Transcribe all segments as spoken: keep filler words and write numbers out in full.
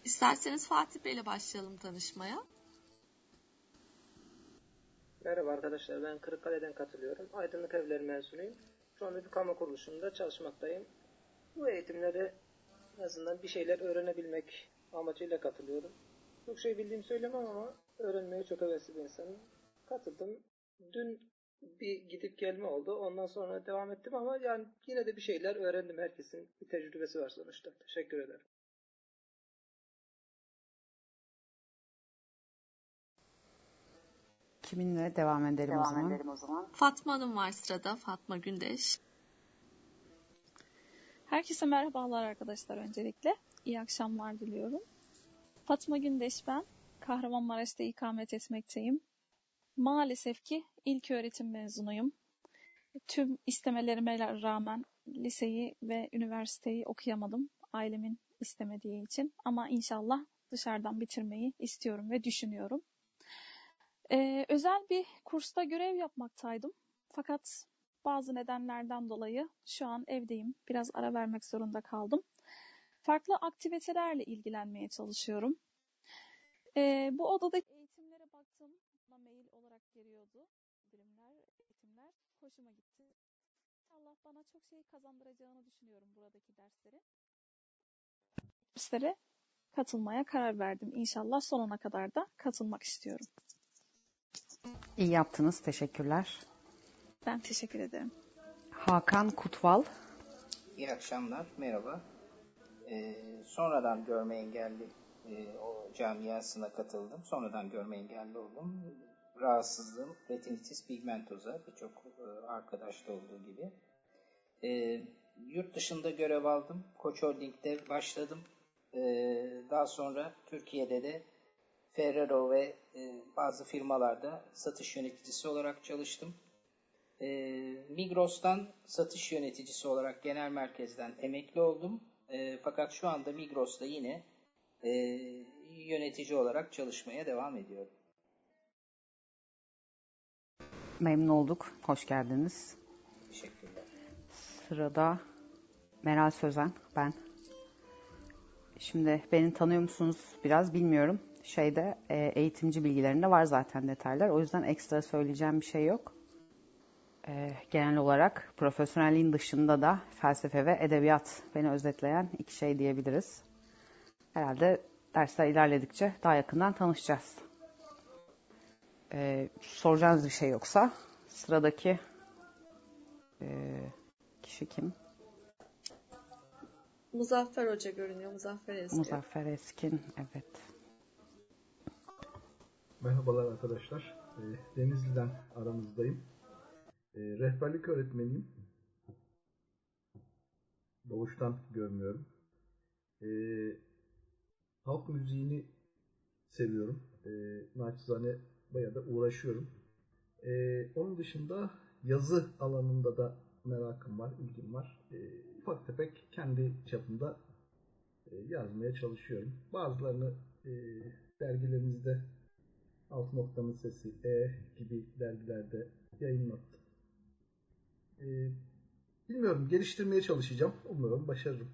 İsterseniz Fatih Bey ile başlayalım tanışmaya. Merhaba arkadaşlar, ben Kırıkkale'den katılıyorum. Aydınlık Evleri mezunuyum. Şu anda bir kamu kuruluşunda çalışmaktayım. Bu eğitimlere en azından bir şeyler öğrenebilmek amacıyla katılıyorum. Çok şey bildiğimi söylemem ama öğrenmeye çok hevesli bir insanım. Katıldım. Dün bir gidip gelme oldu. Ondan sonra devam ettim ama yani yine de bir şeyler öğrendim. Herkesin bir tecrübesi var sonuçta. Teşekkür ederim. Kiminle devam edelim devam o zaman? edelim o zaman. Fatma Hanım var sırada. Fatma Gündeş. Herkese merhabalar arkadaşlar öncelikle. İyi akşamlar diliyorum. Fatma Gündeş ben. Kahramanmaraş'ta ikamet etmekteyim. Maalesef ki ilköğretim mezunuyum. Tüm istemelerime rağmen liseyi ve üniversiteyi okuyamadım. Ailemin istemediği için. Ama inşallah dışarıdan bitirmeyi istiyorum ve düşünüyorum. Ee, özel bir kursta görev yapmaktaydım. Fakat bazı nedenlerden dolayı şu an evdeyim. Biraz ara vermek zorunda kaldım. Farklı aktivitelerle ilgilenmeye çalışıyorum. Ee, bu odadaki eğitimlere baktım. Bana mail olarak geliyordu. Birimler, eğitimler. Hoşuma gitti. Allah bana çok şey kazandıracağını düşünüyorum buradaki derslerin. Derslere katılmaya karar verdim. İnşallah sonuna kadar da katılmak istiyorum. İyi yaptınız. Teşekkürler. Ben teşekkür ederim. Hakan Kutval. İyi akşamlar. Merhaba. Ee, sonradan görme engelli e, o camiasına katıldım. Sonradan görme engelli oldum. Rahatsızlığım retinitis pigmentosa. Birçok e, arkadaşta olduğu gibi. E, yurt dışında görev aldım. Koç Holding'de başladım. E, daha sonra Türkiye'de de Ferrero ve e, bazı firmalarda satış yöneticisi olarak çalıştım. E, Migros'tan satış yöneticisi olarak genel merkezden emekli oldum. E, fakat şu anda Migros'ta yine e, yönetici olarak çalışmaya devam ediyorum. Memnun olduk. Hoş geldiniz. Teşekkürler. Sırada Meral Sözen, ben. Şimdi beni tanıyor musunuz biraz bilmiyorum. Şeyde e, eğitimci bilgilerinde var zaten detaylar. O yüzden ekstra söyleyeceğim bir şey yok. E, genel olarak profesyonelliğin dışında da felsefe ve edebiyat beni özetleyen iki şey diyebiliriz. Herhalde dersler ilerledikçe daha yakından tanışacağız. E, soracağınız bir şey yoksa sıradaki e, kişi kim? Muzaffer Hoca görünüyor. Muzaffer Eskin. Muzaffer Eskin, evet. Merhabalar arkadaşlar. Denizli'den aranızdayım. Rehberlik öğretmeniyim. Doğuştan görmüyorum. Halk müziğini seviyorum. Naçizane bayağı da uğraşıyorum. Onun dışında yazı alanında da merakım var, ilgim var. Ufak tefek kendi çapımda yazmaya çalışıyorum. Bazılarını dergilerimizde Alt Noktanın Sesi, E gibi dergilerde yayınlattım. Ee, bilmiyorum, geliştirmeye çalışacağım. Umarım başarırım.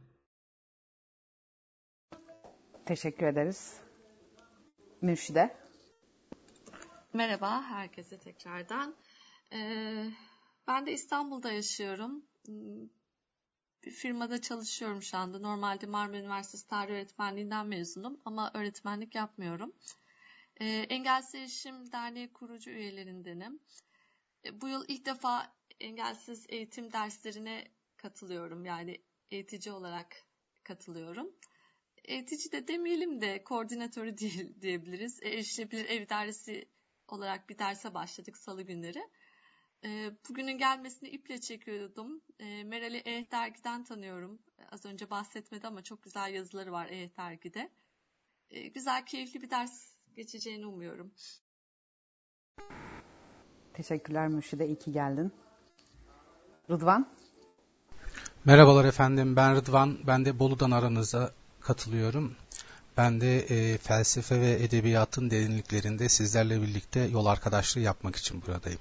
Teşekkür ederiz. Mürşide. Merhaba herkese tekrardan. Ee, ben de İstanbul'da yaşıyorum. Bir firmada çalışıyorum şu anda. Normalde Marmara Üniversitesi Tarih Öğretmenliğinden mezunum ama öğretmenlik yapmıyorum. Ee, Engelsiz Erişim Derneği kurucu üyelerindenim. Ee, bu yıl ilk defa engelsiz eğitim derslerine katılıyorum. Yani eğitici olarak katılıyorum. Eğitici de demeyelim de koordinatörü değil diyebiliriz. Erişilebilir Ev İdaresi olarak bir derse başladık salı günleri. E, bugünün gelmesini iple çekiyordum. E, Meral'i E Dergi'den tanıyorum. Az önce bahsetmedi ama çok güzel yazıları var E Dergi'de. E, güzel, keyifli bir ders geçeceğini umuyorum. Teşekkürler Mürşide, iyi ki geldin. Rıdvan. Merhabalar efendim, ben Rıdvan. Ben de Bolu'dan aranıza katılıyorum. Ben de e, felsefe ve edebiyatın derinliklerinde sizlerle birlikte yol arkadaşlığı yapmak için buradayım.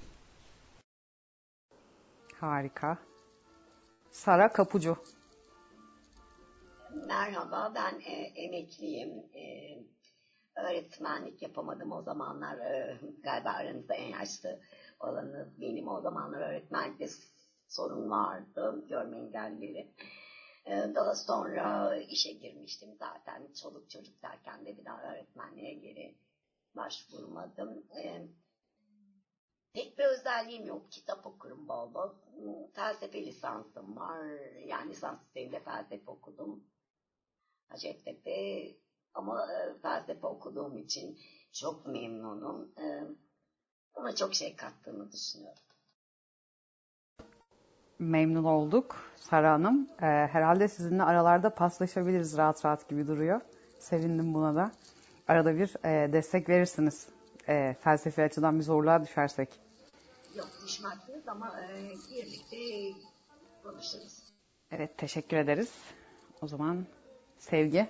Harika. Sara Kapucu. Merhaba, ben e, emekliyim. E, öğretmenlik yapamadım o zamanlar. E, galiba aranızda en yaşlı olanı benim. O zamanlar öğretmenlikte sorun vardı, görme engellileri. E, daha sonra işe girmiştim zaten. Çoluk çocuk derken de bir daha öğretmenliğe geri başvurmadım. E, pek bir özelliğim yok. Kitap okurum bol bol. Felsefe lisansım var. Yani lisans düzeyinde felsefe okudum. Hacettepe, ama e, felsefe okuduğum için çok memnunum. E, ona çok şey kattığını düşünüyorum. Memnun olduk Sara Hanım. Ee, herhalde sizinle aralarda paslaşabiliriz rahat rahat gibi duruyor. Sevindim buna da. Arada bir e, destek verirsiniz. E, felsefi açıdan bir zorluğa düşersek. Yok, düşmezsiniz ama e, birlikte konuşuruz. Evet, teşekkür ederiz. O zaman Sevgi.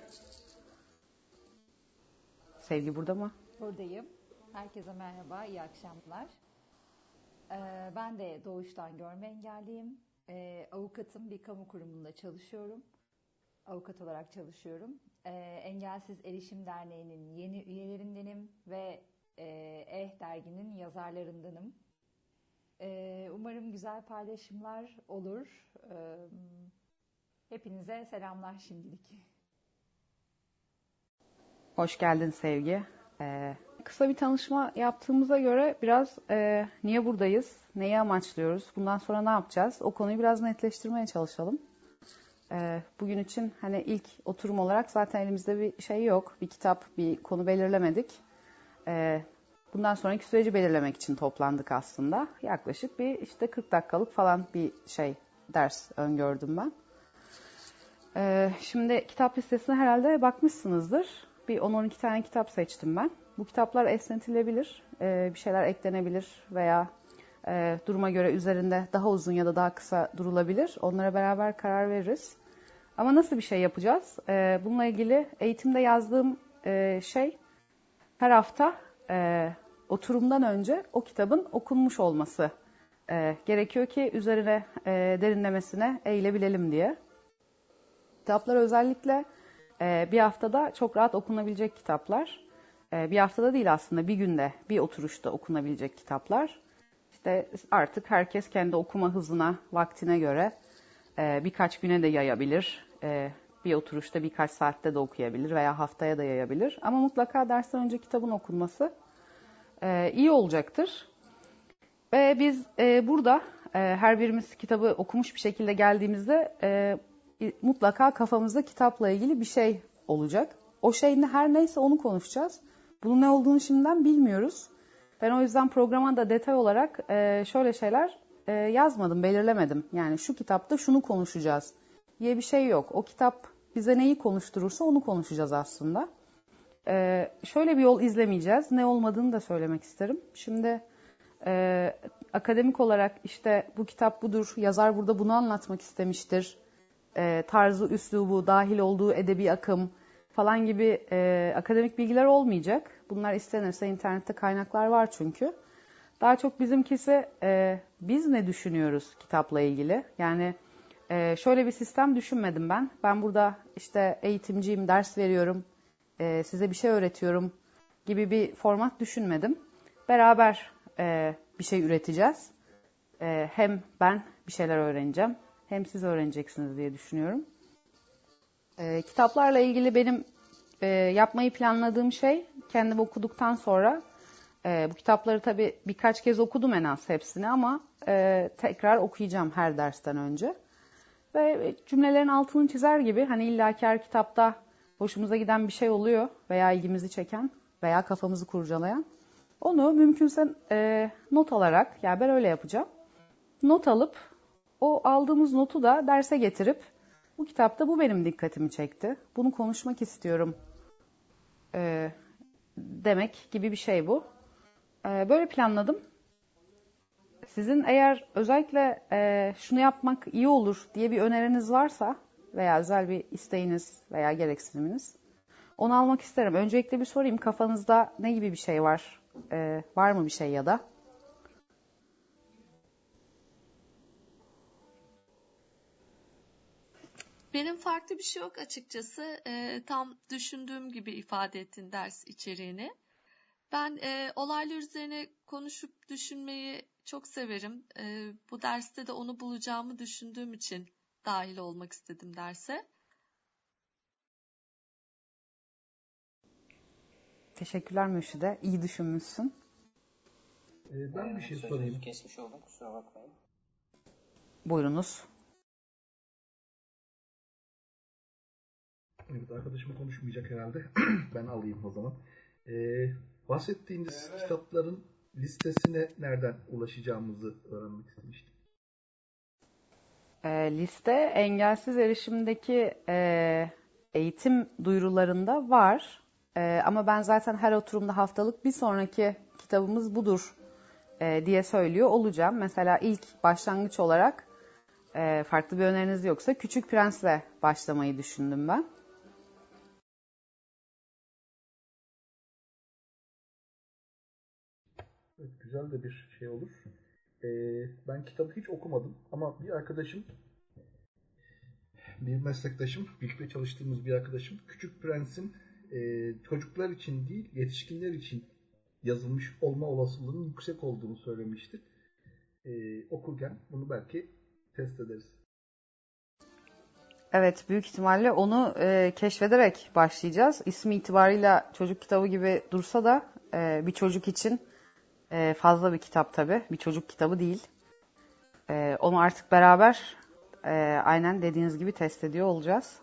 Sevgi burada mı? Buradayım. Herkese merhaba, iyi akşamlar. Ee, ben de doğuştan görme engelliyim. Ee, avukatım, bir kamu kurumunda çalışıyorum. Avukat olarak çalışıyorum. Ee, Engelsiz Erişim Derneği'nin yeni üyelerindenim ve e, Eh derginin yazarlarındanım. Ee, umarım güzel paylaşımlar olur. Ee, hepinize selamlar şimdilik. Hoş geldin Sevgi. Ee, kısa bir tanışma yaptığımıza göre biraz e, niye buradayız, neyi amaçlıyoruz, bundan sonra ne yapacağız? O konuyu biraz netleştirmeye çalışalım. Ee, bugün için hani ilk oturum olarak zaten elimizde bir şey yok. Bir kitap, bir konu belirlemedik. Ee, bundan sonraki süreci belirlemek için toplandık aslında. Yaklaşık bir işte kırk dakikalık falan bir şey, ders öngördüm ben. Ee, şimdi kitap listesine herhalde bakmışsınızdır. Bir on on iki tane kitap seçtim ben. Bu kitaplar esnetilebilir, e, bir şeyler eklenebilir veya e, duruma göre üzerinde daha uzun ya da daha kısa durulabilir. Onlara beraber karar veririz. Ama nasıl bir şey yapacağız? E, bununla ilgili eğitimde yazdığım e, şey her hafta e, oturumdan önce o kitabın okunmuş olması e, gerekiyor ki üzerine e, derinlemesine eğilebilelim diye. Kitaplar özellikle e, bir haftada çok rahat okunabilecek kitaplar. E, bir haftada değil aslında bir günde, bir oturuşta okunabilecek kitaplar. İşte artık herkes kendi okuma hızına, vaktine göre e, birkaç güne de yayabilir. E, bir oturuşta birkaç saatte de okuyabilir veya haftaya da yayabilir. Ama mutlaka dersten önce kitabın okunması e, iyi olacaktır. Ve biz e, burada e, her birimiz kitabı okumuş bir şekilde geldiğimizde e, mutlaka kafamızda kitapla ilgili bir şey olacak. O şey ne, her neyse onu konuşacağız. Bunun ne olduğunu şimdiden bilmiyoruz. Ben o yüzden programa da detay olarak e, şöyle şeyler e, yazmadım, belirlemedim. Yani şu kitapta şunu konuşacağız diye bir şey yok. O kitap bize neyi konuşturursa onu konuşacağız aslında. E, şöyle bir yol izlemeyeceğiz. Ne olmadığını da söylemek isterim. Şimdi e, akademik olarak işte bu kitap budur, yazar burada bunu anlatmak istemiştir. E, tarzı, üslubu, dahil olduğu edebi akım falan gibi e, akademik bilgiler olmayacak. Bunlar istenirse internette kaynaklar var çünkü. Daha çok bizimkisi e, biz ne düşünüyoruz kitapla ilgili? Yani e, şöyle bir sistem düşünmedim ben. Ben burada işte eğitimciyim, ders veriyorum, e, size bir şey öğretiyorum gibi bir format düşünmedim. Beraber e, bir şey üreteceğiz. E, hem ben bir şeyler öğreneceğim, hem siz öğreneceksiniz diye düşünüyorum. E, kitaplarla ilgili benim e, yapmayı planladığım şey, kendim okuduktan sonra, e, bu kitapları tabii birkaç kez okudum en az hepsini ama e, tekrar okuyacağım her dersten önce. Ve cümlelerin altını çizer gibi, hani illaki her kitapta hoşumuza giden bir şey oluyor veya ilgimizi çeken veya kafamızı kurcalayan. Onu mümkünse e, not alarak, yani ben öyle yapacağım, not alıp o aldığımız notu da derse getirip bu kitapta bu benim dikkatimi çekti, bunu konuşmak istiyorum e, demek gibi bir şey bu. E, böyle planladım. Sizin eğer özellikle e, şunu yapmak iyi olur diye bir öneriniz varsa veya özel bir isteğiniz veya gereksiniminiz, onu almak isterim. Öncelikle bir sorayım, kafanızda ne gibi bir şey var? E, var mı bir şey ya da? Benim farklı bir şey yok açıkçası. E, tam düşündüğüm gibi ifade ettin ders içeriğini. Ben e, olaylar üzerine konuşup düşünmeyi çok severim. E, bu derste de onu bulacağımı düşündüğüm için dahil olmak istedim derse. Teşekkürler Mürşide. İyi düşünmüşsün. Ee, ben bir şey Sözünüzü sorayım. kesmiş oldum, kusura bakmayın. Buyurunuz. Evet, arkadaşım konuşmayacak herhalde. Ben alayım o zaman. Ee, bahsettiğiniz kitapların listesine nereden ulaşacağımızı öğrenmek istemiştim. E, liste engelsiz erişimdeki e, eğitim duyurularında var. E, ama ben zaten her oturumda haftalık bir sonraki kitabımız budur e, diye söylüyor olacağım. Mesela ilk başlangıç olarak e, farklı bir öneriniz yoksa Küçük Prens'le başlamayı düşündüm ben. Evet, güzel de bir şey olur. Ee, ben kitabı hiç okumadım ama bir arkadaşım, bir meslektaşım, birlikte çalıştığımız bir arkadaşım Küçük Prens'in e, çocuklar için değil, yetişkinler için yazılmış olma olasılığının yüksek olduğunu söylemişti. Ee, okurken bunu belki test ederiz. Evet, büyük ihtimalle onu e, keşfederek başlayacağız. İsmi itibarıyla çocuk kitabı gibi dursa da e, bir çocuk için e, fazla bir kitap tabii. Bir çocuk kitabı değil. E, onu artık beraber e, aynen dediğiniz gibi test ediyor olacağız.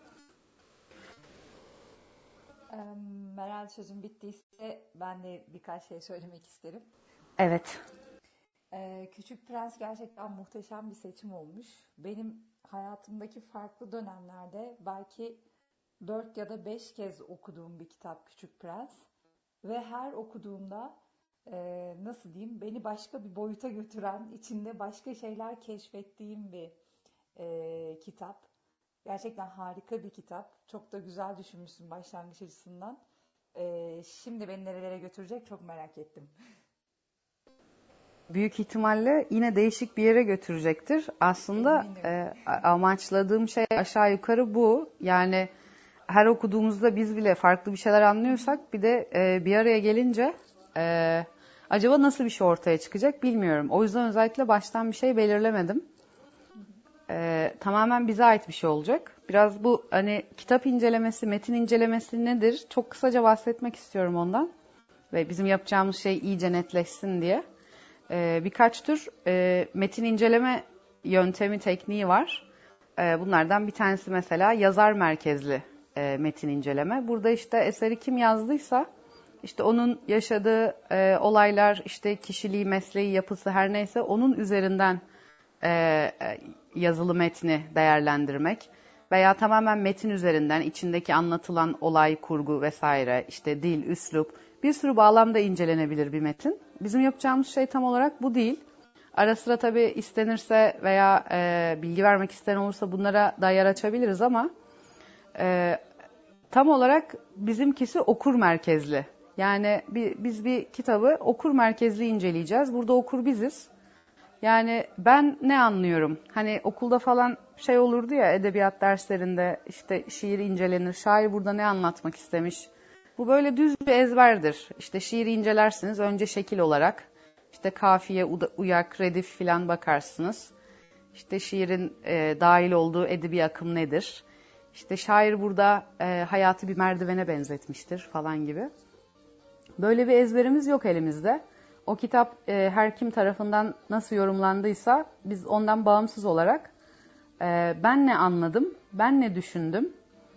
Eee, Meral sözüm bittiyse ben de birkaç şey söylemek isterim. Evet. Ee, Küçük Prens gerçekten muhteşem bir seçim olmuş. Benim hayatımdaki farklı dönemlerde belki dört ya da beş kez okuduğum bir kitap Küçük Prens. Ve her okuduğumda e, nasıl diyeyim beni başka bir boyuta götüren, içinde başka şeyler keşfettiğim bir e, kitap. Gerçekten harika bir kitap. Çok da güzel düşünmüşsün başlangıç açısından. E, şimdi beni nerelere götürecek çok merak ettim. Büyük ihtimalle yine değişik bir yere götürecektir. Aslında e, amaçladığım şey aşağı yukarı bu. Yani her okuduğumuzda biz bile farklı bir şeyler anlıyorsak bir de e, bir araya gelince e, acaba nasıl bir şey ortaya çıkacak bilmiyorum. O yüzden özellikle baştan bir şey belirlemedim. E, tamamen bize ait bir şey olacak. Biraz bu hani kitap incelemesi, metin incelemesi nedir? Çok kısaca bahsetmek istiyorum ondan. Ve bizim yapacağımız şey iyice netleşsin diye. Ee, birkaç tür e, metin inceleme yöntemi, tekniği var. E, bunlardan bir tanesi mesela yazar merkezli e, metin inceleme. Burada işte eseri kim yazdıysa, işte onun yaşadığı e, olaylar, işte kişiliği, mesleği, yapısı her neyse onun üzerinden e, yazılı metni değerlendirmek. Veya tamamen metin üzerinden içindeki anlatılan olay, kurgu vesaire, işte dil, üslup, bir sürü bağlamda incelenebilir bir metin. Bizim yapacağımız şey tam olarak bu değil. Ara sıra tabii istenirse veya e, bilgi vermek isteyen olursa bunlara da yer açabiliriz ama e, tam olarak bizimkisi okur merkezli. Yani bir, biz bir kitabı okur merkezli inceleyeceğiz. Burada okur biziz. Yani ben ne anlıyorum? Hani okulda falan şey olurdu ya edebiyat derslerinde işte şiir incelenir. Şair burada ne anlatmak istemiş? Bu böyle düz bir ezberdir. İşte şiiri incelersiniz önce şekil olarak. İşte kafiye, uyak, redif filan bakarsınız. İşte şiirin e, dahil olduğu edebi akım nedir? İşte şair burada e, hayatı bir merdivene benzetmiştir falan gibi. Böyle bir ezberimiz yok elimizde. O kitap e, her kim tarafından nasıl yorumlandıysa biz ondan bağımsız olarak e, ben ne anladım, ben ne düşündüm,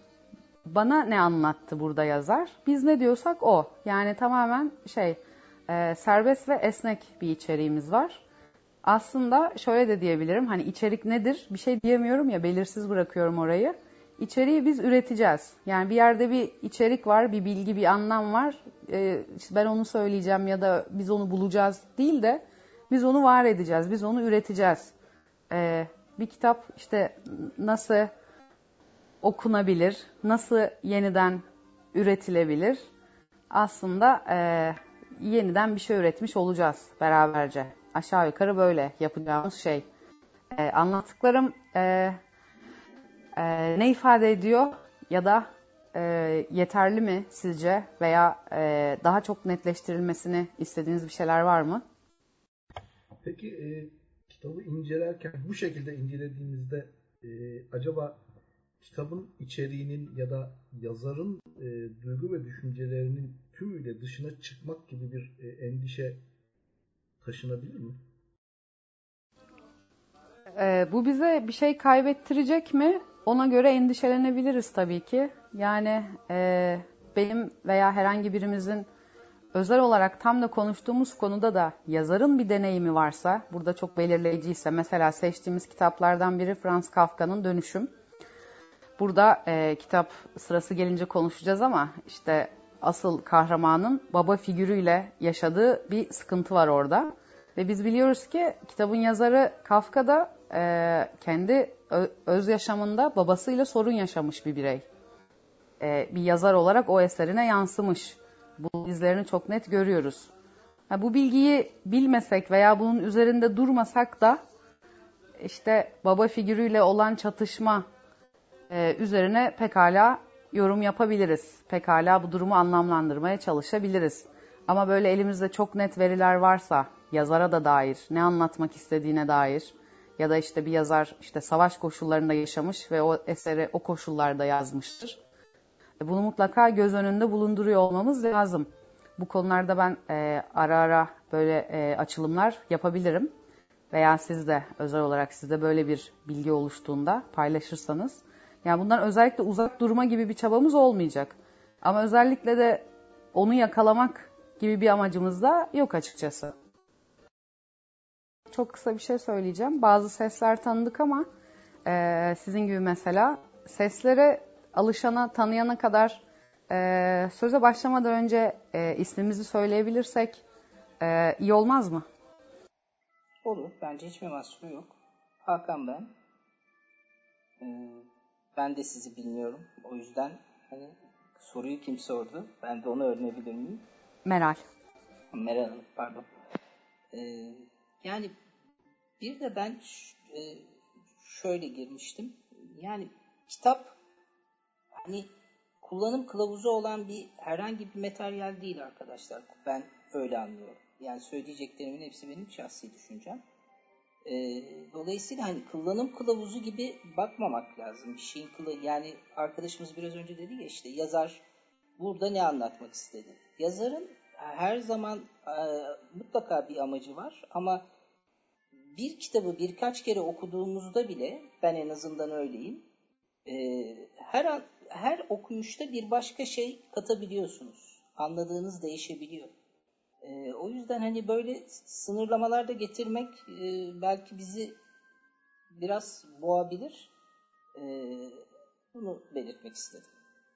bana ne anlattı burada yazar, biz ne diyorsak o. Yani tamamen şey e, serbest ve esnek bir içeriğimiz var. Aslında şöyle de diyebilirim, hani içerik nedir bir şey diyemiyorum ya, belirsiz bırakıyorum orayı. İçeriği biz üreteceğiz. Yani bir yerde bir içerik var, bir bilgi, bir anlam var. Ee, işte ben onu söyleyeceğim ya da biz onu bulacağız değil de biz onu var edeceğiz, biz onu üreteceğiz. Ee, bir kitap işte nasıl okunabilir, nasıl yeniden üretilebilir? Aslında e, yeniden bir şey üretmiş olacağız beraberce. Aşağı yukarı böyle yapacağımız şey. E, anlattıklarım... E, e, ne ifade ediyor ya da e, yeterli mi sizce veya e, daha çok netleştirilmesini istediğiniz bir şeyler var mı? Peki e, kitabı incelerken bu şekilde incelediğinizde e, acaba kitabın içeriğinin ya da yazarın e, duygu ve düşüncelerinin tümüyle dışına çıkmak gibi bir e, endişe taşınabilir mi? E, bu bize bir şey kaybettirecek mi? Ona göre endişelenebiliriz tabii ki. Yani e, benim veya herhangi birimizin özel olarak tam da konuştuğumuz konuda da yazarın bir deneyimi varsa, burada çok belirleyiciyse, mesela seçtiğimiz kitaplardan biri Franz Kafka'nın Dönüşüm. Burada e, kitap sırası gelince konuşacağız ama işte asıl kahramanın baba figürüyle yaşadığı bir sıkıntı var orada. Ve biz biliyoruz ki kitabın yazarı Kafka da e, kendi öz yaşamında babasıyla sorun yaşamış bir birey. E, bir yazar olarak o eserine yansımış. Bu izlerini çok net görüyoruz. Ha, bu bilgiyi bilmesek veya bunun üzerinde durmasak da işte baba figürüyle olan çatışma e, üzerine pekala yorum yapabiliriz. Pekala bu durumu anlamlandırmaya çalışabiliriz. Ama böyle elimizde çok net veriler varsa, yazara da dair, ne anlatmak istediğine dair ya da işte bir yazar işte savaş koşullarında yaşamış ve o eseri o koşullarda yazmıştır. Bunu mutlaka göz önünde bulunduruyor olmamız lazım. Bu konularda ben e, ara ara böyle e, açılımlar yapabilirim. Veya siz de özel olarak sizde böyle bir bilgi oluştuğunda paylaşırsanız. Yani bundan özellikle uzak durma gibi bir çabamız olmayacak. Ama özellikle de onu yakalamak gibi bir amacımız da yok açıkçası. Çok kısa bir şey söyleyeceğim. Bazı sesler tanıdık ama e, sizin gibi mesela seslere alışana, tanıyana kadar e, söze başlamadan önce e, ismimizi söyleyebilirsek e, iyi olmaz mı? Olur. Bence hiçbir mahsuru yok. Hakan ben. Ee, ben de sizi bilmiyorum. O yüzden hani soruyu kim sordu? Ben de onu öğrenebilir miyim? Meral. Meral Hanım, pardon. Ee, yani bir de ben ş- e, şöyle girmiştim. Yani kitap hani kullanım kılavuzu olan bir herhangi bir materyal değil arkadaşlar. Ben öyle anlıyorum. Yani söyleyeceklerimin hepsi benim şahsi düşüncem. Ee, dolayısıyla hani kullanım kılavuzu gibi bakmamak lazım. Bir şeyin kılı yani arkadaşımız biraz önce dedi ya işte yazar burada ne anlatmak istedi. Yazarın her zaman e, mutlaka bir amacı var ama bir kitabı birkaç kere okuduğumuzda bile ben en azından öyleyim. E, her an, her okuyuşta bir başka şey katabiliyorsunuz. Anladığınız değişebiliyor. Ee, o yüzden hani böyle sınırlamalar da getirmek e, belki bizi biraz boğabilir. Ee, bunu belirtmek istedim.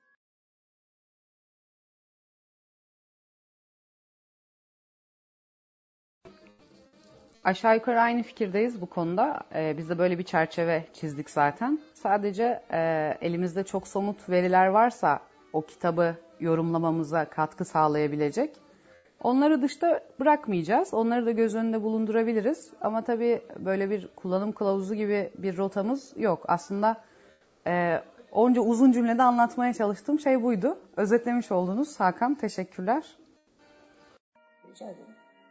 Aşağı yukarı aynı fikirdeyiz bu konuda. Ee, biz de böyle bir çerçeve çizdik zaten. Sadece e, elimizde çok somut veriler varsa o kitabı yorumlamamıza katkı sağlayabilecek. Onları dışta bırakmayacağız. Onları da göz önünde bulundurabiliriz. Ama tabii böyle bir kullanım kılavuzu gibi bir rotamız yok. Aslında e, onca uzun cümlede anlatmaya çalıştığım şey buydu. Özetlemiş oldunuz. Hakan, teşekkürler. Rica ederim.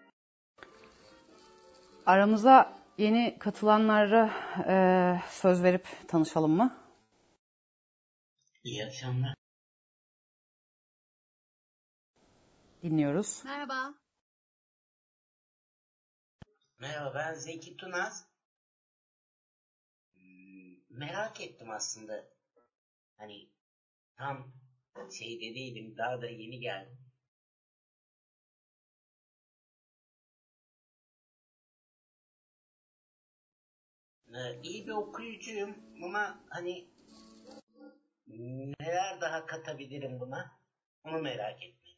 Aramıza yeni katılanlara e, söz verip tanışalım mı? İyi akşamlar. Dinliyoruz. Merhaba. Merhaba, ben Zeki Tunaz. Merak ettim aslında. Hani tam şeyde değilim, daha da yeni geldim. Ee, iyi bir okuyucuyum ama hani neler daha katabilirim buna? Onu merak ettim.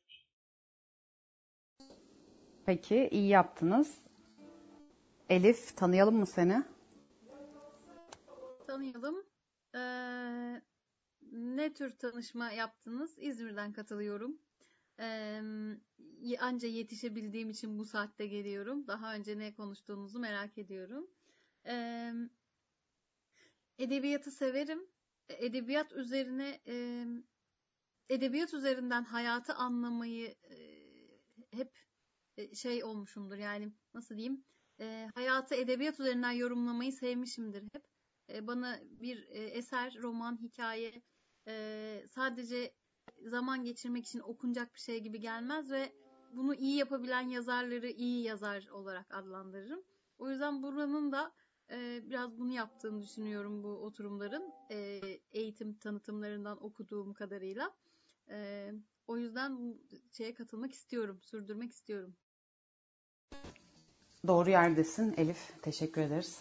Peki, iyi yaptınız. Elif, tanıyalım mı seni? Tanıyalım. Ee, ne tür tanışma yaptınız? İzmir'den katılıyorum. Ee, anca yetişebildiğim için bu saatte geliyorum. Daha önce ne konuştuğunuzu merak ediyorum. Ee, edebiyatı severim. edebiyat üzerine e, edebiyat üzerinden hayatı anlamayı e, hep e, şey olmuşumdur. Yani nasıl diyeyim? E, hayatı edebiyat üzerinden yorumlamayı sevmişimdir hep. E, bana bir e, eser, roman, hikaye e, sadece zaman geçirmek için okunacak bir şey gibi gelmez ve bunu iyi yapabilen yazarları iyi yazar olarak adlandırırım. O yüzden buranın da e, biraz bunu yaptığını düşünüyorum bu oturumların. E, eğitim tanıtımlarından okuduğum kadarıyla. E, o yüzden bu şeye katılmak istiyorum, sürdürmek istiyorum. Doğru yerdesin Elif. Teşekkür ederiz.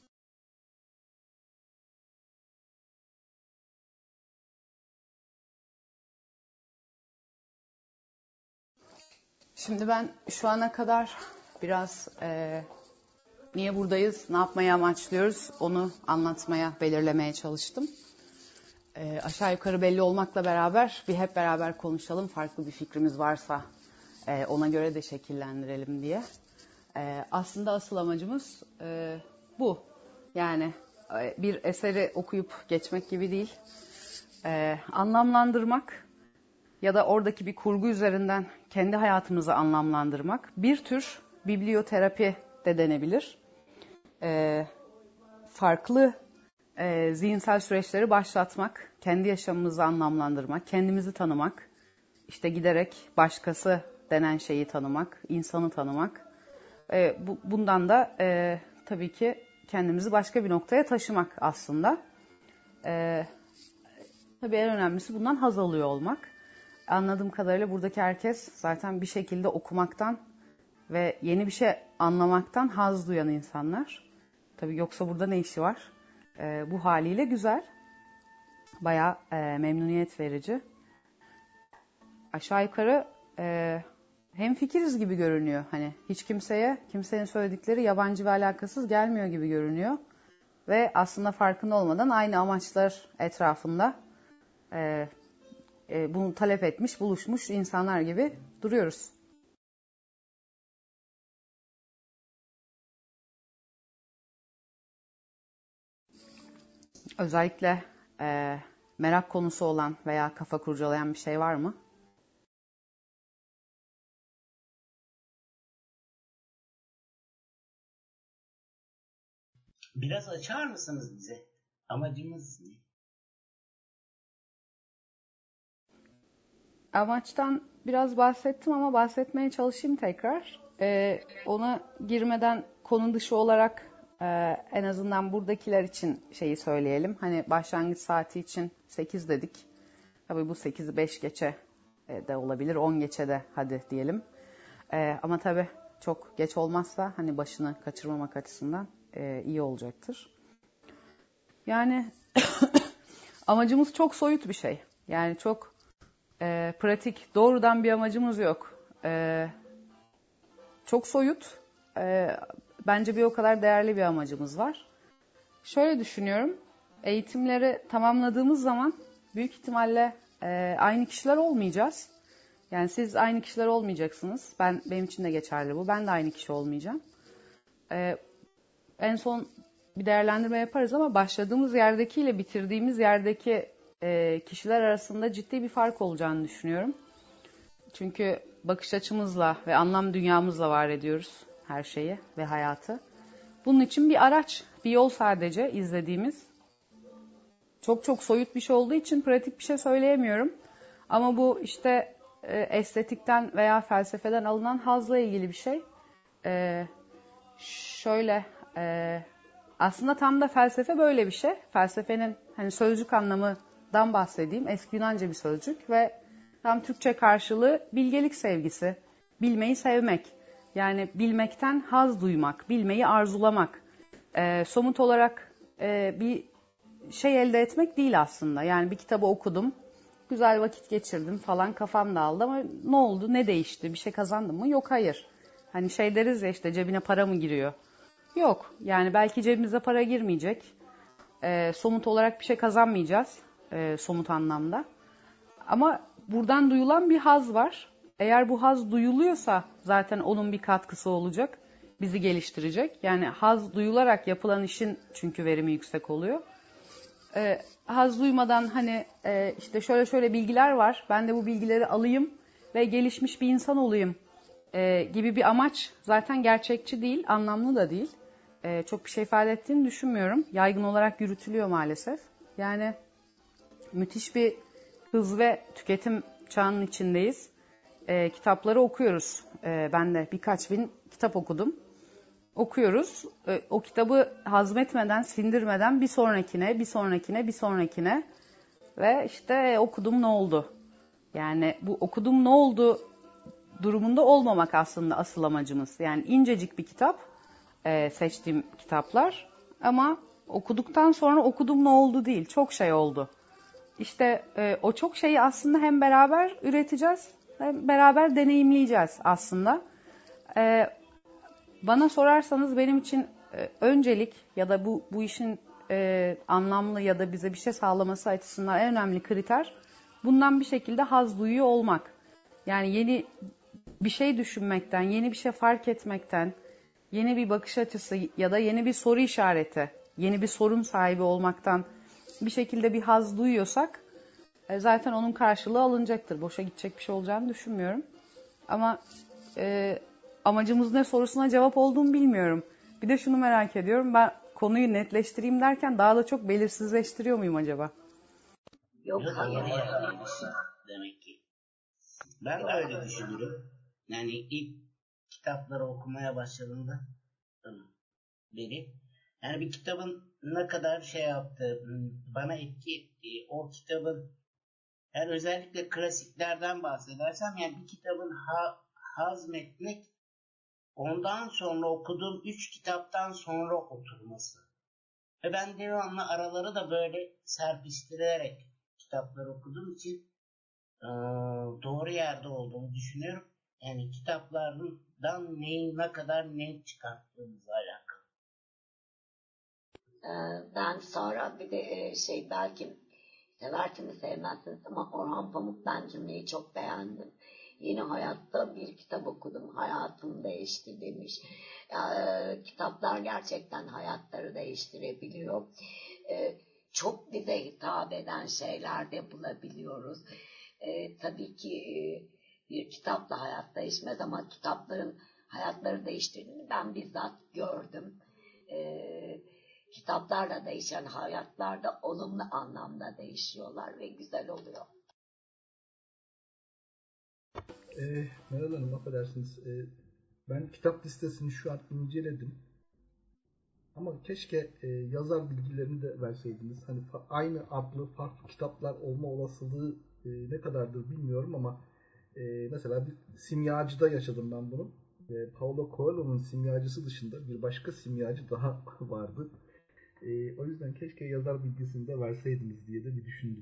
Şimdi ben şu ana kadar biraz e, niye buradayız, ne yapmaya amaçlıyoruz onu anlatmaya, belirlemeye çalıştım. E, aşağı yukarı belli olmakla beraber bir hep beraber konuşalım. Farklı bir fikrimiz varsa e, ona göre de şekillendirelim diye. E, aslında asıl amacımız e, bu. Yani e, bir eseri okuyup geçmek gibi değil. E, anlamlandırmak ya da oradaki bir kurgu üzerinden kendi hayatımızı anlamlandırmak. Bir tür biblioterapi de denebilir. E, farklı e, zihinsel süreçleri başlatmak, kendi yaşamımızı anlamlandırmak, kendimizi tanımak, işte giderek başkası denen şeyi tanımak, insanı tanımak. E, bu, bundan da e, tabii ki kendimizi başka bir noktaya taşımak aslında. E, tabii en önemlisi bundan haz alıyor olmak. Anladığım kadarıyla buradaki herkes zaten bir şekilde okumaktan ve yeni bir şey anlamaktan haz duyan insanlar. Tabii yoksa burada ne işi var? E, bu haliyle güzel. Bayağı e, memnuniyet verici. Aşağı yukarı e, hemfikiriz gibi görünüyor. Hani hiç kimseye, kimsenin söyledikleri yabancı ve alakasız gelmiyor gibi görünüyor. Ve aslında farkında olmadan aynı amaçlar etrafında e, e, bunu talep etmiş, buluşmuş insanlar gibi duruyoruz. Özellikle e, merak konusu olan veya kafa kurcalayan bir şey var mı? Biraz açar mısınız bize? Amacımız ne? Amaçtan biraz bahsettim ama bahsetmeye çalışayım tekrar. Ee, ona girmeden konu dışı olarak e, en azından buradakiler için şeyi söyleyelim. Hani başlangıç saati için sekiz dedik. Tabii bu sekizi beş geçe de olabilir, on geçe de hadi diyelim. Ee, ama tabii çok geç olmazsa hani başını kaçırmamak açısından e, iyi olacaktır. Yani amacımız çok soyut bir şey. Yani çok e, pratik, doğrudan bir amacımız yok. E, çok soyut, e, bence bir o kadar değerli bir amacımız var. Şöyle düşünüyorum, eğitimleri tamamladığımız zaman büyük ihtimalle e, aynı kişiler olmayacağız. Yani siz aynı kişiler olmayacaksınız. Ben benim için de geçerli bu. Ben de aynı kişi olmayacağım. E, en son bir değerlendirme yaparız ama başladığımız yerdekiyle bitirdiğimiz yerdeki e, kişiler arasında ciddi bir fark olacağını düşünüyorum. Çünkü bakış açımızla ve anlam dünyamızla var ediyoruz her şeyi ve hayatı. Bunun için bir araç, bir yol sadece izlediğimiz. Çok çok soyut bir şey olduğu için pratik bir şey söyleyemiyorum. Ama bu işte e, estetikten veya felsefeden alınan hazla ilgili bir şey. E, şöyle, e, aslında tam da felsefe böyle bir şey. Felsefenin hani sözcük anlamından bahsedeyim. Eski Yunanca bir sözcük ve tam Türkçe karşılığı bilgelik sevgisi, bilmeyi sevmek. Yani bilmekten haz duymak, bilmeyi arzulamak. E, somut olarak e, bir şey elde etmek değil aslında. Yani bir kitabı okudum, güzel vakit geçirdim falan, kafam dağıldı ama ne oldu, ne değişti, bir şey kazandım mı? Yok, hayır. Hani şey deriz ya işte, cebine para mı giriyor? Yok. Yani belki cebimize para girmeyecek. E, somut olarak bir şey kazanmayacağız e, somut anlamda. Ama buradan duyulan bir haz var. Eğer bu haz duyuluyorsa zaten onun bir katkısı olacak. Bizi geliştirecek. Yani haz duyularak yapılan işin çünkü verimi yüksek oluyor. e, haz duymadan hani e, işte şöyle şöyle bilgiler var, ben de bu bilgileri alayım ve gelişmiş bir insan olayım e, gibi bir amaç zaten gerçekçi değil, anlamlı da değil. E, çok bir şey ifade ettiğini düşünmüyorum. Yaygın olarak yürütülüyor maalesef. Yani müthiş bir hız ve tüketim çağının içindeyiz. E, kitapları okuyoruz. E, ben de birkaç bin kitap okudum. Okuyoruz. E, o kitabı hazmetmeden, sindirmeden bir sonrakine, bir sonrakine, bir sonrakine ve işte e, okudum ne oldu? Yani bu okudum ne oldu durumunda olmamak aslında asıl amacımız. Yani incecik bir kitap, e, seçtiğim kitaplar ama okuduktan sonra okudum ne oldu değil, çok şey oldu. İşte e, o çok şeyi aslında hem beraber üreteceğiz hem beraber deneyimleyeceğiz aslında. E, bana sorarsanız benim için e, öncelik ya da bu bu işin e, anlamlı ya da bize bir şey sağlaması açısından en önemli kriter bundan bir şekilde haz duyuyor olmak. Yani yeni bir şey düşünmekten, yeni bir şey fark etmekten, yeni bir bakış açısı ya da yeni bir soru işareti, yeni bir sorun sahibi olmaktan bir şekilde bir haz duyuyorsak zaten onun karşılığı alınacaktır. Boşa gidecek bir şey olacağını düşünmüyorum. Ama e, amacımız ne sorusuna cevap olduğumu bilmiyorum. Bir de şunu merak ediyorum. Ben konuyu netleştireyim derken daha da çok belirsizleştiriyor muyum acaba? Yok, Yok, hayır. doğru yerdeymişsin demek ki. Ben de öyle düşünürüm. Yani ilk kitapları okumaya başladığımda beri yani bir kitabın ne kadar şey yaptı, bana etki etti, o kitabın yani özellikle klasiklerden bahsedersem yani bir kitabın ha, hazmetmek ondan sonra okuduğum üç kitaptan sonra oturması. Ve ben devamlı araları da böyle serpiştirerek kitapları okuduğum için e, doğru yerde olduğumu düşünüyorum. Yani kitaplardan neyi ne kadar ne çıkarttığımızla alakalı. Ben sonra bir de şey belki seversiniz sevmezsiniz ama Orhan Pamuk ben cümleyi çok beğendim. Yeni hayatta bir kitap okudum, hayatım değişti demiş. Yani, kitaplar gerçekten hayatları değiştirebiliyor. Ee, çok bize hitap eden şeyler de bulabiliyoruz. Ee, tabii ki e, bir kitapla hayat değişmez ama kitapların hayatları değiştirdiğini ben bizzat gördüm. Ee, kitaplarla değişen hayatlar da olumlu anlamda değişiyorlar ve güzel oluyor. E, Meral Hanım affedersiniz. E, ben kitap listesini şu an inceledim. Ama keşke e, yazar bilgilerini de verseydiniz. Hani fa- aynı adlı farklı kitaplar olma olasılığı e, ne kadardır bilmiyorum ama e, mesela bir simyacıda yaşadım ben bunu. E, Paulo Coelho'nun simyacısı dışında bir başka simyacı daha vardı. E, o yüzden keşke yazar bilgisini de verseydiniz diye de bir düşündüm.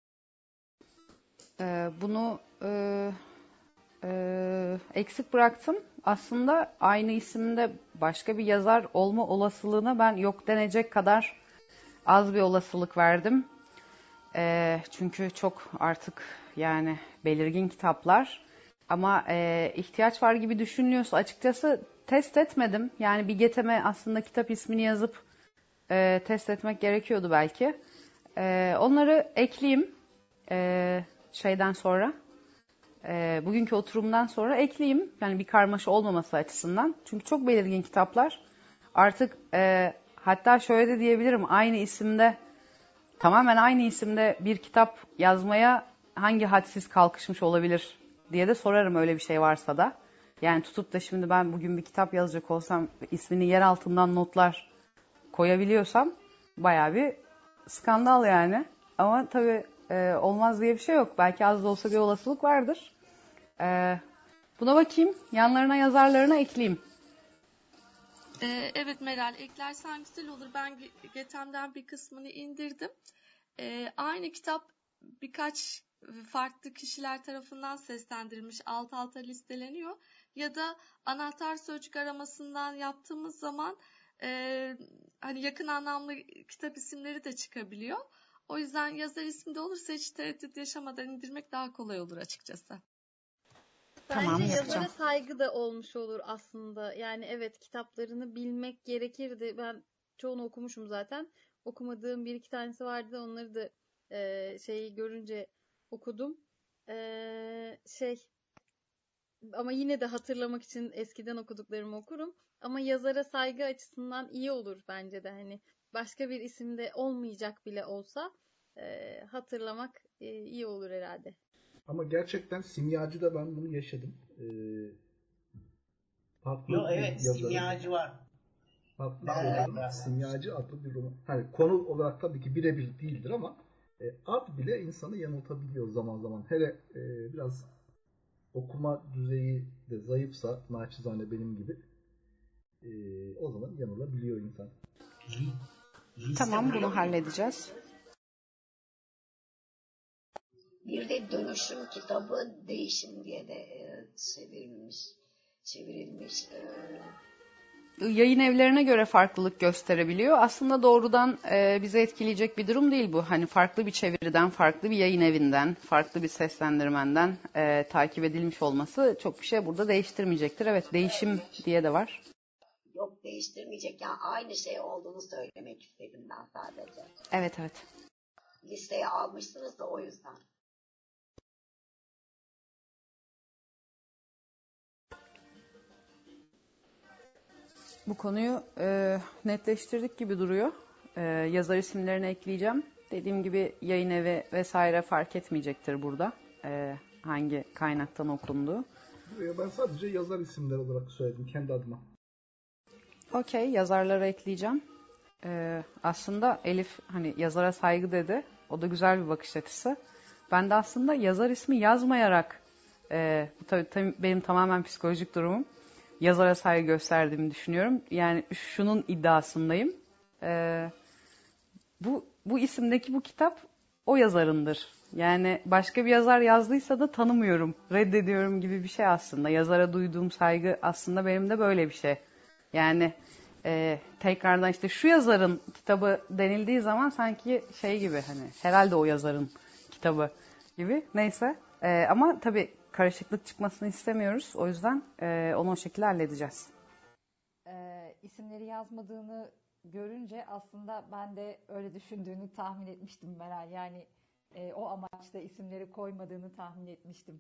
Ee, bunu e, e, eksik bıraktım. Aslında aynı isimde başka bir yazar olma olasılığına ben yok denecek kadar az bir olasılık verdim. E, çünkü çok artık yani belirgin kitaplar. Ama e, ihtiyaç var gibi düşünülüyorsa açıkçası test etmedim. Yani bir geteme aslında kitap ismini yazıp e, test etmek gerekiyordu belki. E, onları ekleyeyim e, şeyden sonra. E, bugünkü oturumdan sonra ekleyeyim. Yani bir karmaşa olmaması açısından. Çünkü çok belirgin kitaplar. Artık e, hatta şöyle de diyebilirim. Aynı isimde, tamamen aynı isimde bir kitap yazmaya hangi hadsiz kalkışmış olabilir diye de sorarım öyle bir şey varsa da. Yani tutup da şimdi ben bugün bir kitap yazacak olsam ismini yer altından notlar koyabiliyorsam bayağı bir skandal yani. Ama tabii e, olmaz diye bir şey yok. Belki az da olsa bir olasılık vardır. E, buna bakayım. Yanlarına yazarlarına ekleyeyim. Ee, evet Meral, eklersen güzel olur. Ben Getem'den bir kısmını indirdim. Ee, aynı kitap birkaç farklı kişiler tarafından seslendirilmiş, alt alta listeleniyor. Ya da anahtar sözcük aramasından yaptığımız zaman e, hani yakın anlamlı kitap isimleri de çıkabiliyor. O yüzden yazar ismi de olursa hiç tereddüt yaşamadan indirmek daha kolay olur açıkçası. Bence Tamam, yazara yapacağım. saygı da olmuş olur aslında. Yani evet kitaplarını bilmek gerekirdi. Ben çoğunu okumuşum zaten. okumadığım bir iki tanesi vardı. Onları da e, şeyi görünce okudum. E, şey ama yine de hatırlamak için eskiden okuduklarımı okurum. Ama yazara saygı açısından iyi olur bence de. Hani başka bir isimde olmayacak bile olsa e, hatırlamak e, iyi olur herhalde. Ama gerçekten Simyacı'da ben bunu yaşadım. Ee, farklı Yo bir evet yazarın- Simyacı var. Farklı Ben- yazarın ben- Simyacı adlı bir roman. Hani konu olarak tabii ki birebir değildir ama e, ad bile insanı yanıltabiliyor zaman zaman. Hele e, biraz okuma düzeyi de zayıfsa, naçizane benim gibi, e, o zaman yanılabiliyor insan. Tamam, bunu halledeceğiz. Bir de Dönüşüm kitabı Değişim diye de e, çevrilmiş. Çevrilmiş. E, Yayın evlerine göre farklılık gösterebiliyor. Aslında doğrudan e, bizi etkileyecek bir durum değil bu. Hani farklı bir çeviriden, farklı bir yayın evinden, farklı bir seslendirmenden e, takip edilmiş olması çok bir şey burada değiştirmeyecektir. Evet, değişim diye de var. Yok değiştirmeyecek. Yani aynı şey olduğunu söylemek istedim ben sadece. Evet, evet. Listeye almışsınız da o yüzden. Bu konuyu e, netleştirdik gibi duruyor. E, yazar isimlerini ekleyeceğim. Dediğim gibi yayın evi vesaire fark etmeyecektir burada. E, hangi kaynaktan okunduğu. Buraya ben sadece yazar isimleri olarak söyledim kendi adıma. Okey, yazarlara ekleyeceğim. Ee, aslında Elif hani yazara saygı dedi. O da güzel bir bakış açısı. Ben de aslında yazar ismi yazmayarak, e, bu tabii, tabii benim tamamen psikolojik durumum, yazara saygı gösterdiğimi düşünüyorum. Yani şunun iddiasındayım. Ee, bu bu isimdeki bu kitap o yazarındır. Yani başka bir yazar yazdıysa da tanımıyorum, reddediyorum gibi bir şey aslında. Yazara duyduğum saygı aslında benim de böyle bir şey. Yani e, tekrardan işte şu yazarın kitabı denildiği zaman sanki şey gibi, hani herhalde o yazarın kitabı gibi. Neyse e, ama tabii karışıklık çıkmasını istemiyoruz. O yüzden e, onu o şekilde halledeceğiz. e, isimleri yazmadığını görünce aslında ben de öyle düşündüğünü tahmin etmiştim Meral. Yani e, o amaçla isimleri koymadığını tahmin etmiştim.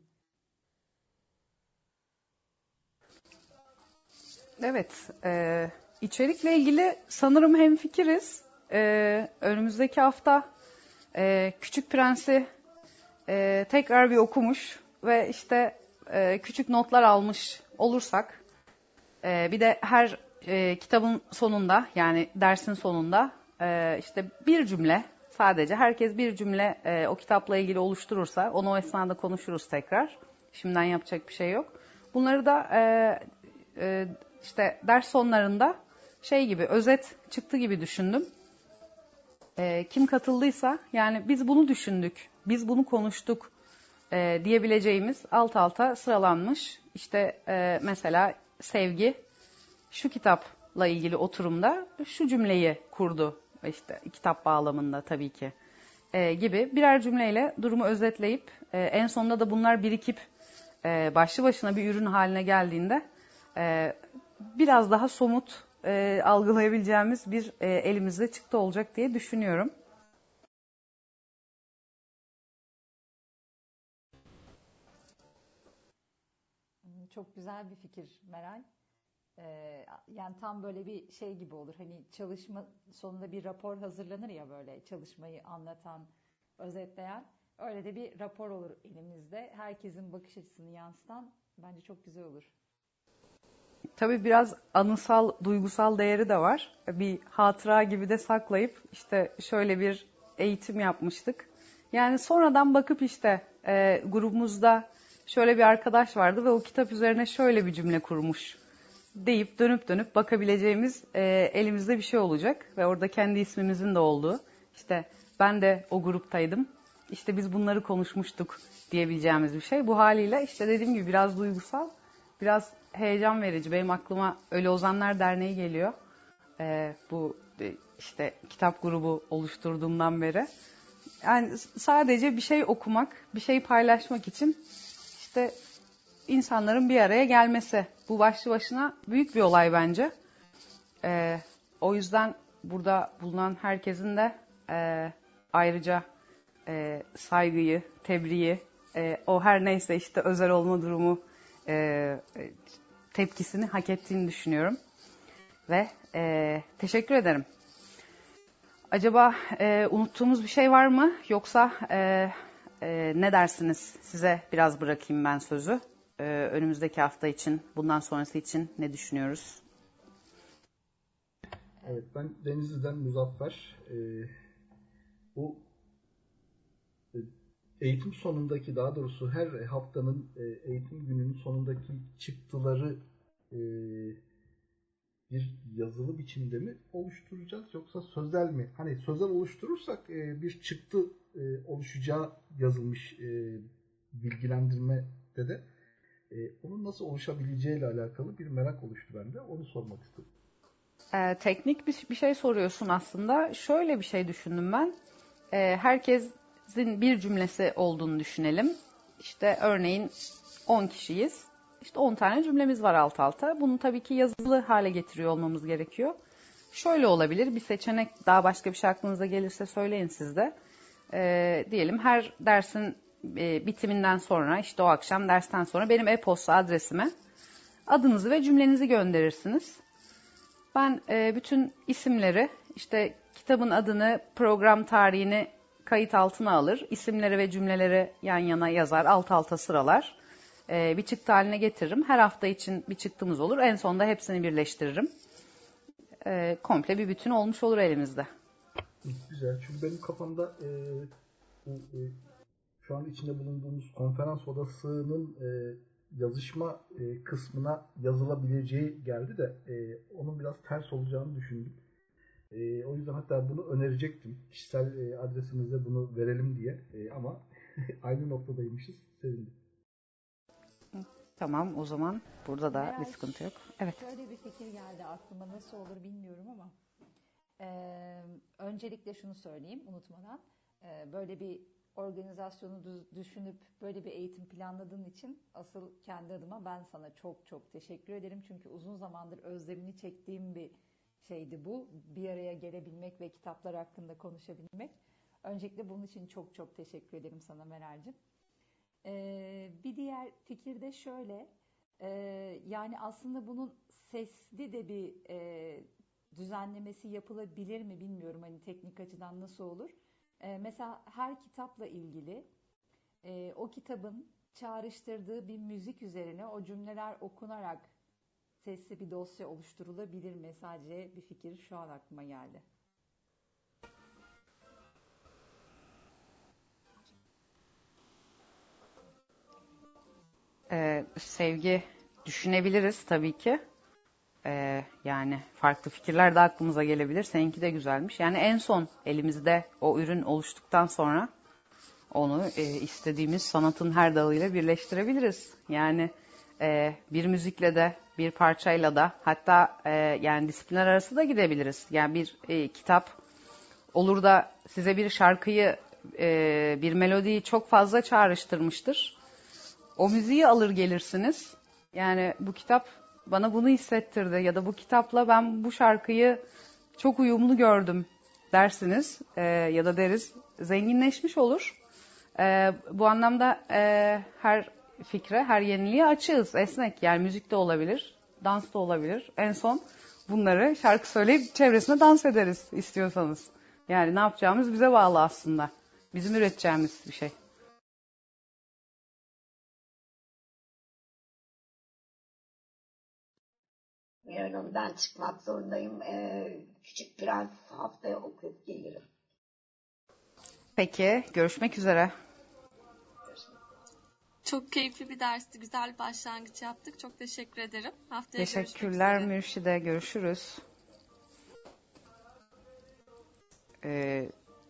Evet, e, içerikle ilgili sanırım hemfikiriz. E, önümüzdeki hafta e, Küçük Prens'i e, tekrar bir okumuş ve işte e, küçük notlar almış olursak, e, bir de her e, kitabın sonunda, yani dersin sonunda e, işte bir cümle, sadece herkes bir cümle e, o kitapla ilgili oluşturursa, onu o esnada konuşuruz tekrar. Şimdiden yapacak bir şey yok. Bunları da e, e, işte ders sonlarında şey gibi, özet çıktı gibi düşündüm. E, kim katıldıysa, yani biz bunu düşündük, biz bunu konuştuk e, diyebileceğimiz alt alta sıralanmış. İşte e, mesela Sevgi şu kitapla ilgili oturumda şu cümleyi kurdu, işte kitap bağlamında tabii ki e, gibi birer cümleyle durumu özetleyip e, en sonunda da bunlar birikip e, başlı başına bir ürün haline geldiğinde e, biraz daha somut e, algılayabileceğimiz bir e, elimizde çıktı olacak diye düşünüyorum. Çok güzel bir fikir Meral. Ee, yani tam böyle bir şey gibi olur. Hani çalışma sonunda bir rapor hazırlanır ya, böyle çalışmayı anlatan, özetleyen. Öyle de bir rapor olur elimizde. Herkesin bakış açısını yansıtan, bence çok güzel olur. Tabii biraz anısal, duygusal değeri de var. Bir hatıra gibi de saklayıp işte şöyle bir eğitim yapmıştık. Yani sonradan bakıp işte e, grubumuzda şöyle bir arkadaş vardı ve o kitap üzerine şöyle bir cümle kurmuş deyip dönüp dönüp bakabileceğimiz e, elimizde bir şey olacak. Ve orada kendi ismimizin de olduğu, işte ben de o gruptaydım, işte biz bunları konuşmuştuk diyebileceğimiz bir şey. Bu haliyle işte dediğim gibi biraz duygusal, biraz heyecan verici. Benim aklıma Ölü Ozanlar Derneği geliyor. Ee, bu işte kitap grubu oluşturduğumdan beri. Yani sadece bir şey okumak, bir şey paylaşmak için işte insanların bir araya gelmesi. Bu başlı başına büyük bir olay bence. Ee, o yüzden burada bulunan herkesin de e, ayrıca e, saygıyı, tebriği, e, o her neyse işte özel olma durumu e, tepkisini hak ettiğini düşünüyorum. Ve e, teşekkür ederim. Acaba e, unuttuğumuz bir şey var mı? Yoksa e, e, ne dersiniz? Size biraz bırakayım ben sözü. E, önümüzdeki hafta için, bundan sonrası için ne düşünüyoruz? Evet, ben Denizli'den Muzaffer. E, bu e, eğitim sonundaki, daha doğrusu her haftanın e, eğitim gününün sonundaki çıktıları e, bir yazılı biçimde mi oluşturacağız yoksa sözel mi? Hani sözel oluşturursak e, bir çıktı e, oluşacağı yazılmış e, bilgilendirmede de e, onun nasıl oluşabileceğiyle alakalı bir merak oluştu bende. Onu sormak istedim. Ee, teknik bir, bir şey soruyorsun aslında. Şöyle bir şey düşündüm ben. Ee, herkesin bir cümlesi olduğunu düşünelim. İşte örneğin on kişiyiz. İşte on tane cümlemiz var alt alta. Bunu tabii ki yazılı hale getiriyor olmamız gerekiyor. Şöyle olabilir. Bir seçenek, daha başka bir şey aklınıza gelirse söyleyin siz de. Ee, diyelim her dersin e, bitiminden sonra, işte o akşam dersten sonra benim e-posta adresime adınızı ve cümlenizi gönderirsiniz. Ben e, bütün isimleri, işte kitabın adını, program tarihini kayıt altına alır. İsimleri ve cümleleri yan yana yazar, alt alta sıralar. E, bir çıktı haline getiririm. Her hafta için bir çıktımız olur. En sonunda hepsini birleştiririm. E, komple bir bütün olmuş olur elimizde. Güzel. Çünkü benim kafamda e, bu e, şu an içinde bulunduğumuz konferans odasının e, yazışma e, kısmına yazılabileceği geldi de e, onun biraz ters olacağını düşündüm. E, o yüzden hatta bunu önerecektim. Kişisel e, adresimize bunu verelim diye. E, ama aynı noktadaymışız. Sevindim. Tamam, o zaman burada da Meral, bir sıkıntı yok. Evet. Şöyle bir fikir geldi aklıma, nasıl olur bilmiyorum ama e, öncelikle şunu söyleyeyim unutmadan. E, böyle bir organizasyonu düz- düşünüp böyle bir eğitim planladığın için asıl kendi adıma ben sana çok çok teşekkür ederim. Çünkü uzun zamandır özlemini çektiğim bir şeydi bu. Bir araya gelebilmek ve kitaplar hakkında konuşabilmek. Öncelikle bunun için çok çok teşekkür ederim sana Meral'cim. Ee, bir diğer fikir de şöyle, e, yani aslında bunun sesli de bir e, düzenlemesi yapılabilir mi bilmiyorum, hani teknik açıdan nasıl olur. E, mesela her kitapla ilgili e, o kitabın çağrıştırdığı bir müzik üzerine o cümleler okunarak sesli bir dosya oluşturulabilir mi? Sadece bir fikir şu an aklıma geldi. Ee, sevgi düşünebiliriz tabii ki. Ee, yani farklı fikirler de aklımıza gelebilir. Seninki de güzelmiş. Yani en son elimizde o ürün oluştuktan sonra onu e, istediğimiz sanatın her dalıyla birleştirebiliriz. Yani e, bir müzikle de, bir parçayla da, hatta e, yani disiplinler arası da gidebiliriz. Yani bir e, kitap olur da size bir şarkıyı, e, bir melodiyi çok fazla çağrıştırmıştır. O müziği alır gelirsiniz. Yani bu kitap bana bunu hissettirdi ya da bu kitapla ben bu şarkıyı çok uyumlu gördüm dersiniz e, ya da deriz, zenginleşmiş olur. E, bu anlamda e, her fikre, her yeniliğe açığız, esnek. Yani müzik de olabilir, dans da olabilir. En son bunları şarkı söyleyip çevresine dans ederiz istiyorsanız. Yani ne yapacağımız bize bağlı aslında. Bizim üreteceğimiz bir şey. Yarın ben çıkmak zorundayım. Ee, Küçük Prens haftaya okuyup gelirim. Peki, görüşmek üzere. Çok keyifli bir dersti. Güzel bir başlangıç yaptık. Çok teşekkür ederim. Haftaya Teşekkürler görüşmek üzere. Mürşide. Görüşürüz. Ee,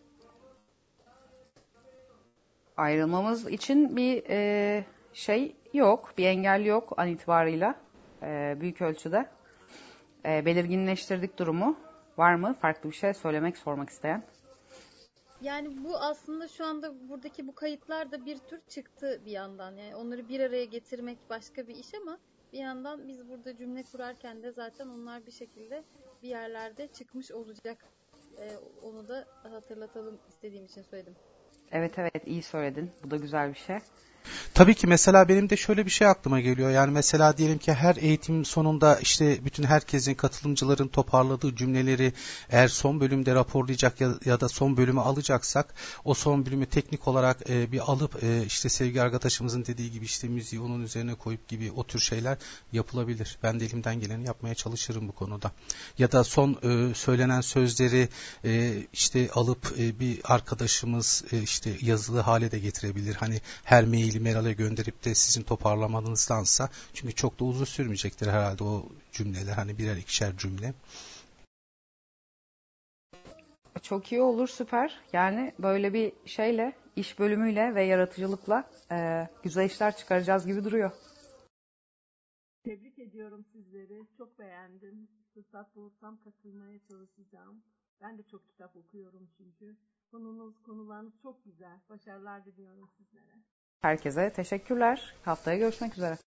ayrılmamız için bir e, şey yok. Bir engel yok an itibarıyla. E, büyük ölçüde. E, belirginleştirdik durumu. Var mı farklı bir şey söylemek, sormak isteyen? Yani bu aslında şu anda buradaki bu kayıtlar da bir tür çıktı bir yandan. Yani onları bir araya getirmek başka bir iş ama bir yandan biz burada cümle kurarken de zaten onlar bir şekilde bir yerlerde çıkmış olacak. Ee, onu da hatırlatalım istediğim için söyledim. Evet evet iyi söyledin. Bu da güzel bir şey. Tabii ki mesela benim de şöyle bir şey aklıma geliyor. Yani mesela diyelim ki her eğitim sonunda işte bütün herkesin, katılımcıların toparladığı cümleleri eğer son bölümde raporlayacak ya, ya da son bölümü alacaksak o son bölümü teknik olarak e, bir alıp e, işte sevgili arkadaşımızın dediği gibi işte müziği onun üzerine koyup gibi o tür şeyler yapılabilir. Ben de elimden geleni yapmaya çalışırım bu konuda. Ya da son e, söylenen sözleri e, işte alıp e, bir arkadaşımız e, işte yazılı hale de getirebilir. Hani her maili maile gönderip de sizin toparlamanızdansa, çünkü çok da uzun sürmeyecektir herhalde o cümleler, hani birer ikişer cümle. Çok iyi olur, süper. Yani böyle bir şeyle, iş bölümüyle ve yaratıcılıkla e, güzel işler çıkaracağız gibi duruyor. Tebrik ediyorum sizleri. Çok beğendim. Fırsat bulursam katılmaya çalışacağım. Ben de çok kitap okuyorum çünkü. Konunuz, konularınız çok güzel. Başarılar diliyorum sizlere. Herkese teşekkürler. Haftaya görüşmek üzere.